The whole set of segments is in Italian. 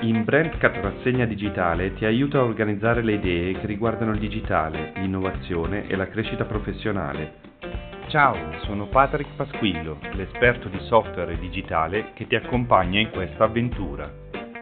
In Brandcat Rassegna Digitale ti aiuta a organizzare le idee che riguardano il digitale, l'innovazione e la crescita professionale. Ciao, sono Patrick Pasquillo, l'esperto di software digitale che ti accompagna in questa avventura.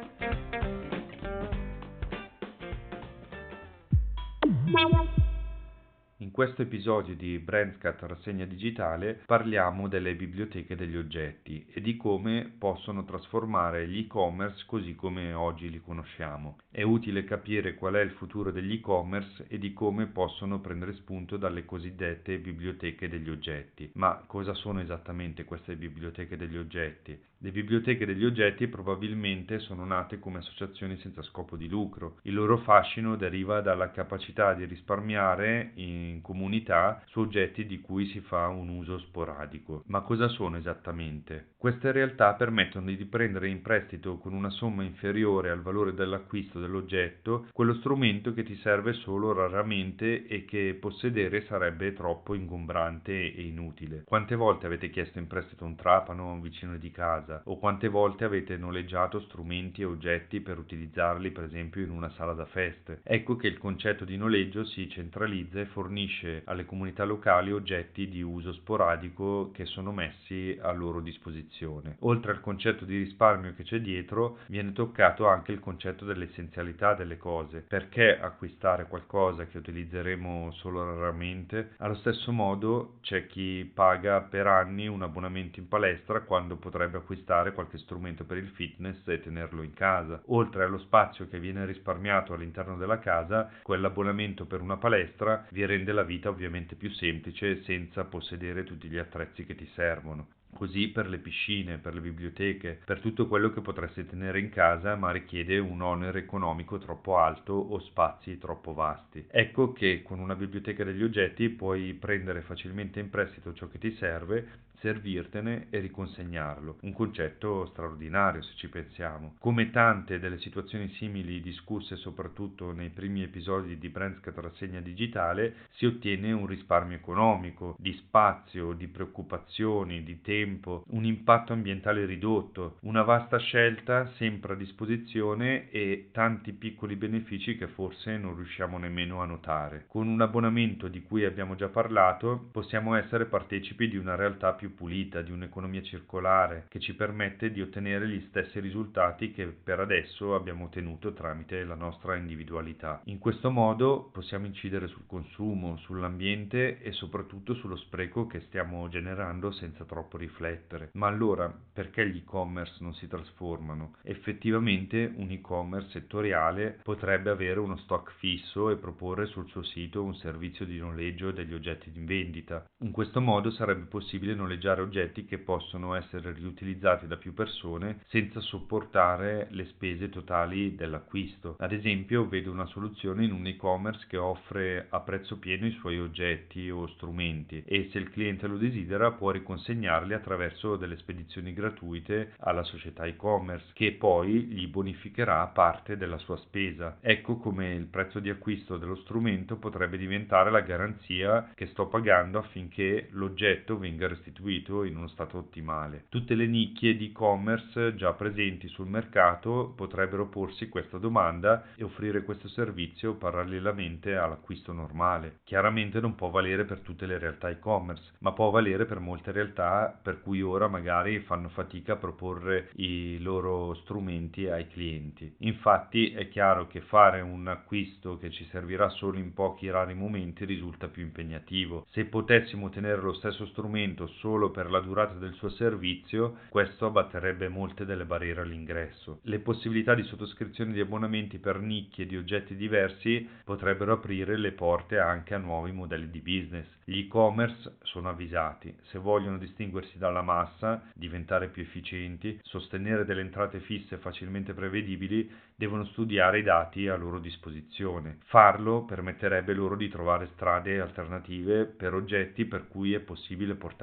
In questo episodio di Brandcat Rassegna Digitale parliamo delle biblioteche degli oggetti e di come possono trasformare gli e-commerce così come oggi li conosciamo. È utile capire qual è il futuro degli e-commerce e di come possono prendere spunto dalle cosiddette biblioteche degli oggetti. Ma cosa sono esattamente queste biblioteche degli oggetti? Le biblioteche degli oggetti probabilmente sono nate come associazioni senza scopo di lucro. Il loro fascino deriva dalla capacità di risparmiare in comunità su oggetti di cui si fa un uso sporadico. Ma cosa sono esattamente? Queste realtà permettono di prendere in prestito con una somma inferiore al valore dell'acquisto dell'oggetto quello strumento che ti serve solo raramente e che possedere sarebbe troppo ingombrante e inutile. Quante volte avete chiesto in prestito un trapano a un vicino di casa? O quante volte avete noleggiato strumenti e oggetti per utilizzarli per esempio in una sala da feste? Ecco che il concetto di noleggio si centralizza e fornisce alle comunità locali oggetti di uso sporadico che sono messi a loro disposizione. Oltre al concetto di risparmio che c'è dietro, viene toccato anche il concetto dell'essenzialità delle cose. Perché acquistare qualcosa che utilizzeremo solo raramente? Allo stesso modo c'è chi paga per anni un abbonamento in palestra quando potrebbe acquistare qualche strumento per il fitness e tenerlo in casa. Oltre allo spazio che viene risparmiato all'interno della casa, quell'abbonamento per una palestra vi rende la vita ovviamente più semplice senza possedere tutti gli attrezzi che ti servono. Così per le piscine, per le biblioteche, per tutto quello che potresti tenere in casa ma richiede un onere economico troppo alto o spazi troppo vasti. Ecco che con una biblioteca degli oggetti puoi prendere facilmente in prestito ciò che ti serve, servirtene e riconsegnarlo. Un concetto straordinario se ci pensiamo. Come tante delle situazioni simili discusse soprattutto nei primi episodi di Brandcat Rassegna Digitale, si ottiene un risparmio economico, di spazio, di preoccupazioni, di tempo, un impatto ambientale ridotto, una vasta scelta sempre a disposizione e tanti piccoli benefici che forse non riusciamo nemmeno a notare. Con un abbonamento di cui abbiamo già parlato, possiamo essere partecipi di una realtà più pulita, di un'economia circolare che ci permette di ottenere gli stessi risultati che per adesso abbiamo ottenuto tramite la nostra individualità. In questo modo possiamo incidere sul consumo, sull'ambiente e soprattutto sullo spreco che stiamo generando senza troppo riflettere. Ma allora, perché gli e-commerce non si trasformano? Effettivamente un e-commerce settoriale potrebbe avere uno stock fisso e proporre sul suo sito un servizio di noleggio degli oggetti in vendita. In questo modo sarebbe possibile noleggiare oggetti che possono essere riutilizzati da più persone senza sopportare le spese totali dell'acquisto. Ad esempio, vedo una soluzione in un e-commerce che offre a prezzo pieno i suoi oggetti o strumenti e se il cliente lo desidera può riconsegnarli attraverso delle spedizioni gratuite alla società e-commerce che poi gli bonificherà parte della sua spesa. Ecco come il prezzo di acquisto dello strumento potrebbe diventare la garanzia che sto pagando affinché l'oggetto venga restituito in uno stato ottimale. Tutte le nicchie di e-commerce già presenti sul mercato potrebbero porsi questa domanda e offrire questo servizio parallelamente all'acquisto normale. Chiaramente non può valere per tutte le realtà e-commerce, ma può valere per molte realtà per cui ora magari fanno fatica a proporre i loro strumenti ai clienti. Infatti è chiaro che fare un acquisto che ci servirà solo in pochi rari momenti risulta più impegnativo. Se potessimo ottenere lo stesso strumento solo per la durata del suo servizio, questo abbatterebbe molte delle barriere all'ingresso. Le possibilità di sottoscrizione di abbonamenti per nicchie di oggetti diversi potrebbero aprire le porte anche a nuovi modelli di business. Gli e-commerce sono avvisati, se vogliono distinguersi dalla massa, diventare più efficienti, sostenere delle entrate fisse facilmente prevedibili, devono studiare i dati a loro disposizione. Farlo permetterebbe loro di trovare strade alternative per oggetti per cui è possibile portare avanti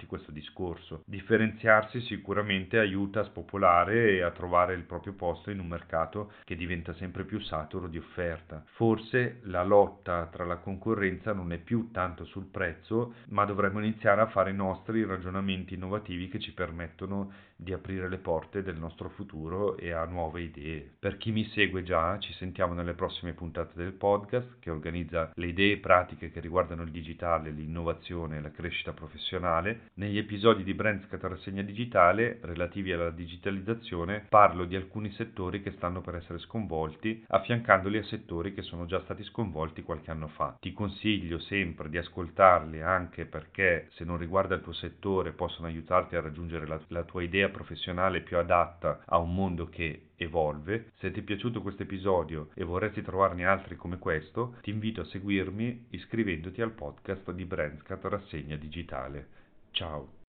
questo discorso. Differenziarsi sicuramente aiuta a spopolare e a trovare il proprio posto in un mercato che diventa sempre più saturo di offerta. Forse la lotta tra la concorrenza non è più tanto sul prezzo, ma dovremmo iniziare a fare i nostri ragionamenti innovativi che ci permettono di aprire le porte del nostro futuro e a nuove idee. Per chi mi segue già, ci sentiamo nelle prossime puntate del podcast che organizza le idee pratiche che riguardano il digitale, l'innovazione e la crescita professionale. Negli episodi di Brandscat Rassegna Digitale relativi alla digitalizzazione parlo di alcuni settori che stanno per essere sconvolti, affiancandoli a settori che sono già stati sconvolti qualche anno fa. Ti consiglio sempre di ascoltarli anche perché se non riguarda il tuo settore possono aiutarti a raggiungere la tua idea professionale più adatta a un mondo che evolve. Se ti è piaciuto questo episodio e vorresti trovarne altri come questo, ti invito a seguirmi iscrivendoti al podcast di Brandscat Rassegna Digitale. Ciao!